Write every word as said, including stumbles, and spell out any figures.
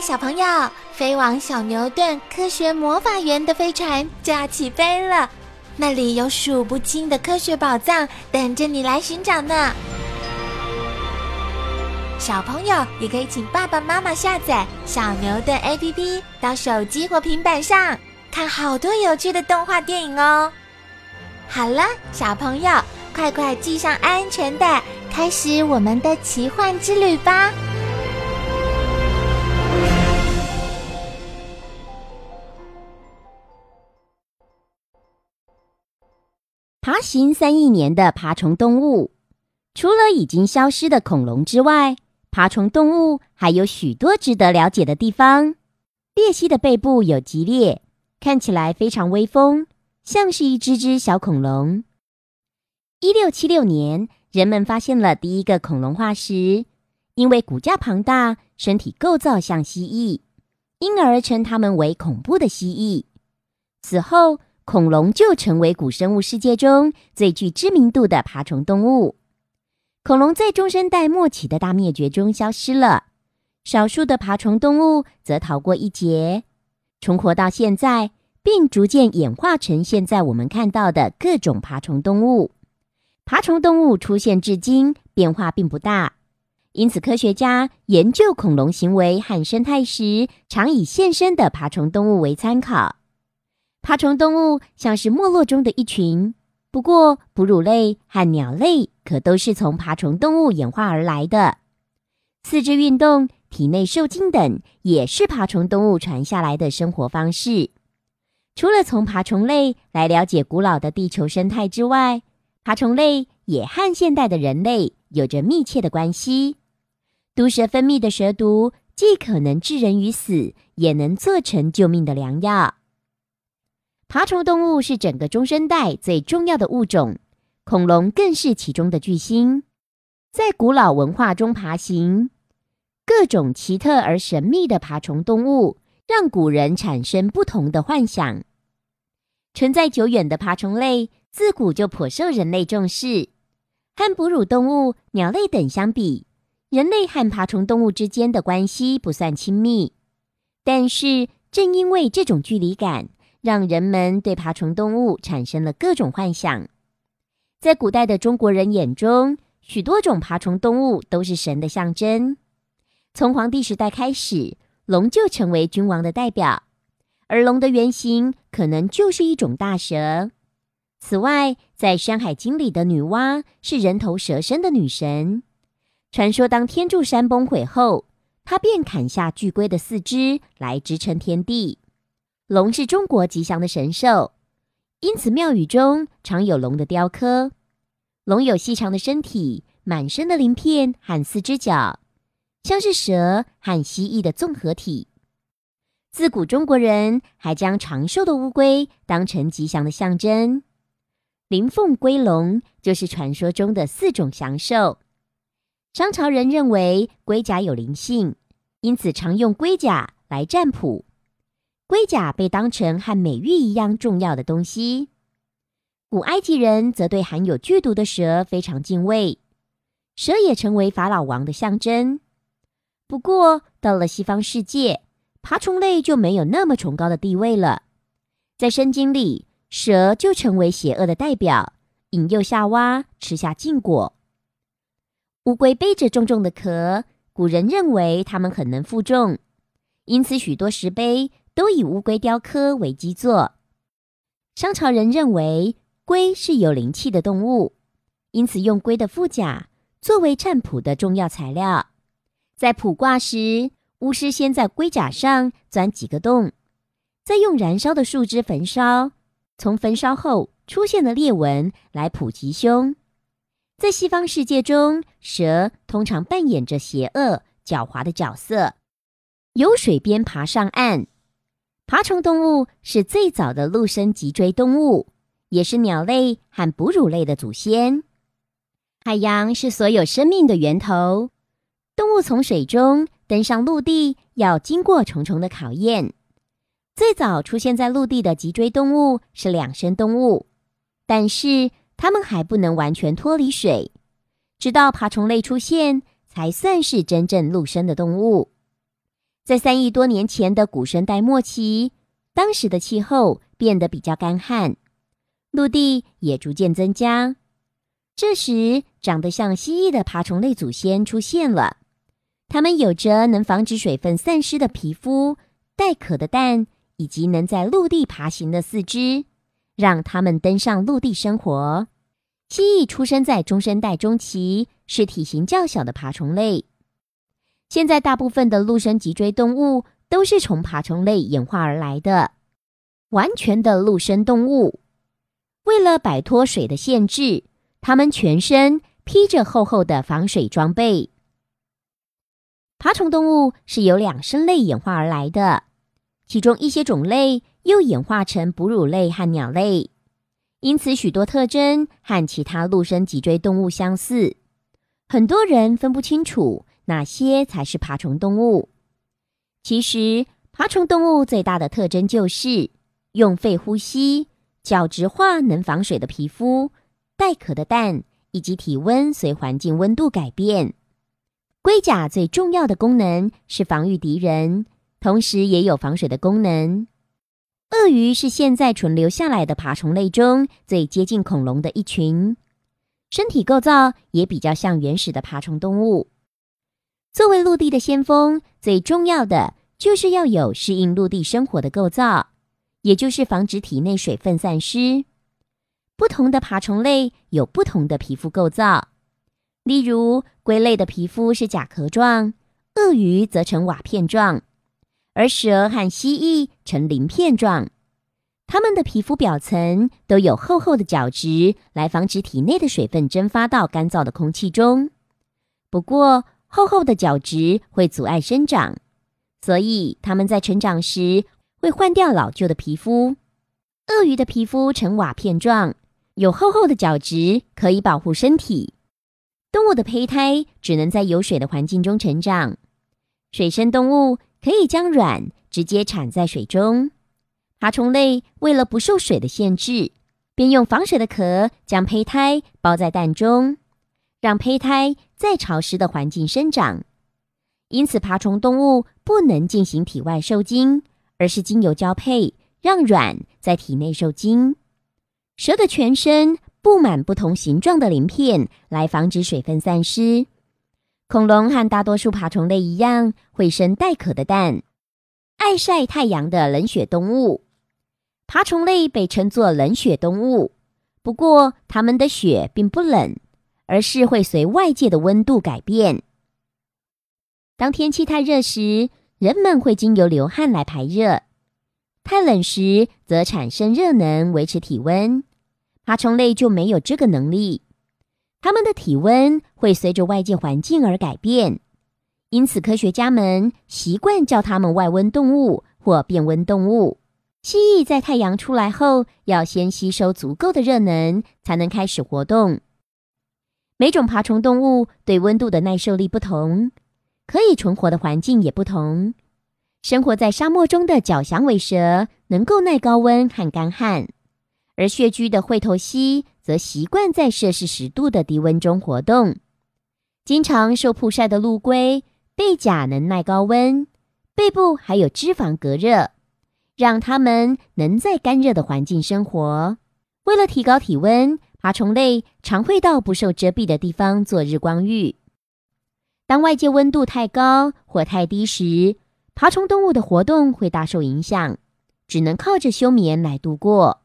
小朋友，飞往小牛顿科学魔法园的飞船就要起飞了，那里有数不清的科学宝藏等着你来寻找呢。小朋友也可以请爸爸妈妈下载小牛顿 A P P 到手机或平板上，看好多有趣的动画电影哦。好了，小朋友，快快系上安全带，开始我们的奇幻之旅吧。 爬行三亿年的爬虫动物，除了已经消失的恐龙之外，爬虫动物还有许多值得了解的地方。鬣蜥的背部有棘裂，看起来非常威风，像是一只只小恐龙。一六七六年，人们发现了第一个恐龙化石，因为骨架庞大，身体构造像蜥蜴，因而称它们为恐怖的蜥蜴。此后，恐龙就成为古生物世界中最具知名度的爬虫动物。恐龙在中生代末期的大灭绝中消失了，少数的爬虫动物则逃过一劫，存活到现在，并逐渐演化成现在我们看到的各种爬虫动物。爬虫动物出现至今，变化并不大，因此科学家研究恐龙行为和生态时，常以现身的爬虫动物为参考。爬虫动物像是没落中的一群，不过哺乳类和鸟类可都是从爬虫动物演化而来的。四肢运动、体内受精等也是爬虫动物传下来的生活方式。除了从爬虫类来了解古老的地球生态之外，爬虫类也和现代的人类有着密切的关系。毒蛇分泌的蛇毒既可能致人于死，也能做成救命的良药。爬虫动物是整个中生代最重要的物种，恐龙更是其中的巨星。在古老文化中爬行，各种奇特而神秘的爬虫动物让古人产生不同的幻想。存在久远的爬虫类自古就颇受人类重视，和哺乳动物、鸟类等相比，人类和爬虫动物之间的关系不算亲密。但是正因为这种距离感，让人们对爬虫动物产生了各种幻想。在古代的中国人眼中，许多种爬虫动物都是神的象征。从黄帝时代开始，龙就成为君王的代表，而龙的原型可能就是一种大蛇。此外，在《山海经》里的女娲是人头蛇身的女神。传说当天柱山崩毁后，她便砍下巨龟的四肢来支撑天地。龙是中国吉祥的神兽，因此庙宇中常有龙的雕刻。龙有细长的身体、满身的鳞片和四只脚，像是蛇和蜥蜴的综合体。自古中国人还将长寿的乌龟当成吉祥的象征。麟凤龟龙就是传说中的四种祥兽。商朝人认为龟甲有灵性，因此常用龟甲来占卜。龟甲被当成和美玉一样重要的东西。古埃及人则对含有剧毒的蛇非常敬畏，蛇也成为法老王的象征。不过，到了西方世界，爬虫类就没有那么崇高的地位了。在圣经里，蛇就成为邪恶的代表，引诱夏娃吃下禁果。乌龟背着重重的壳，古人认为它们很能负重，因此许多石碑都以乌龟雕刻为基座。商朝人认为龟是有灵气的动物，因此用龟的腹甲作为占卜的重要材料。在卜卦时，巫师先在龟甲上钻几个洞，再用燃烧的树枝焚烧，从焚烧后出现的裂纹来卜吉凶。在西方世界中，蛇通常扮演着邪恶、狡猾的角色，由水边爬上岸。爬虫动物是最早的陆生脊椎动物，也是鸟类和哺乳类的祖先。海洋是所有生命的源头，动物从水中登上陆地要经过重重的考验。最早出现在陆地的脊椎动物是两生动物，但是它们还不能完全脱离水，直到爬虫类出现，才算是真正陆生的动物。 在三亿多年前的古生代末期，当时的气候变得比较干旱，陆地也逐渐增加。这时，长得像蜥蜴的爬虫类祖先出现了。它们有着能防止水分散失的皮肤、带壳的蛋，以及能在陆地爬行的四肢，让它们登上陆地生活。蜥蜴出生在中生代中期，是体型较小的爬虫类。现在大部分的陆生脊椎动物都是从爬虫类演化而来的，完全的陆生动物。为了摆脱水的限制，它们全身披着厚厚的防水装备。爬虫动物是由两生类演化而来的，其中一些种类又演化成哺乳类和鸟类，因此许多特征和其他陆生脊椎动物相似。很多人分不清楚哪些才是爬虫动物。其实，爬虫动物最大的特征就是用肺呼吸、角质化能防水的皮肤、带壳的蛋，以及体温随环境温度改变。龟甲最重要的功能是防御敌人，同时也有防水的功能。鳄鱼是现在存留下来的爬虫类中最接近恐龙的一群，身体构造也比较像原始的爬虫动物。作为陆地的先锋，最重要的就是要有适应陆地生活的构造，也就是防止体内水分散失。不同的爬虫类有不同的皮肤构造，例如龟类的皮肤是甲壳状，鳄鱼则呈瓦片状，而蛇和蜥蜴呈鳞片状。它们的皮肤表层都有厚厚的角质，来防止体内的水分蒸发到干燥的空气中。不过，厚厚的角质会阻碍生长，所以它们在成长时会换掉老旧的皮肤。鳄鱼的皮肤呈瓦片状，有厚厚的角质可以保护身体。动物的胚胎只能在有水的环境中成长。水生动物可以将卵直接产在水中。爬虫类为了不受水的限制，便用防水的壳将胚胎包在蛋中，让胚胎在潮湿的环境生长。因此，爬虫动物不能进行体外受精，而是经由交配，让卵在体内受精。蛇的全身布满不同形状的鳞片，来防止水分散失。恐龙和大多数爬虫类一样，会生带壳的蛋。爱晒太阳的冷血动物，爬虫类被称作冷血动物，不过它们的血并不冷，而是会随外界的温度改变。当天气太热时，人们会经由流汗来排热；太冷时，则产生热能维持体温。爬虫类就没有这个能力，它们的体温会随着外界环境而改变，因此科学家们习惯叫它们外温动物或变温动物。蜥蜴在太阳出来后，要先吸收足够的热能，才能开始活动。每种爬虫动物对温度的耐受力不同，可以存活的环境也不同。生活在沙漠中的角响尾蛇能够耐高温和干旱，而穴居的喙头蜥则习惯在摄氏十度的低温中活动。经常受曝晒的陆龟背甲能耐高温，背部还有脂肪隔热，让它们能在干热的环境生活。为了提高体温，爬虫类常会到不受遮蔽的地方做日光浴。当外界温度太高或太低时，爬虫动物的活动会大受影响，只能靠着休眠来度过。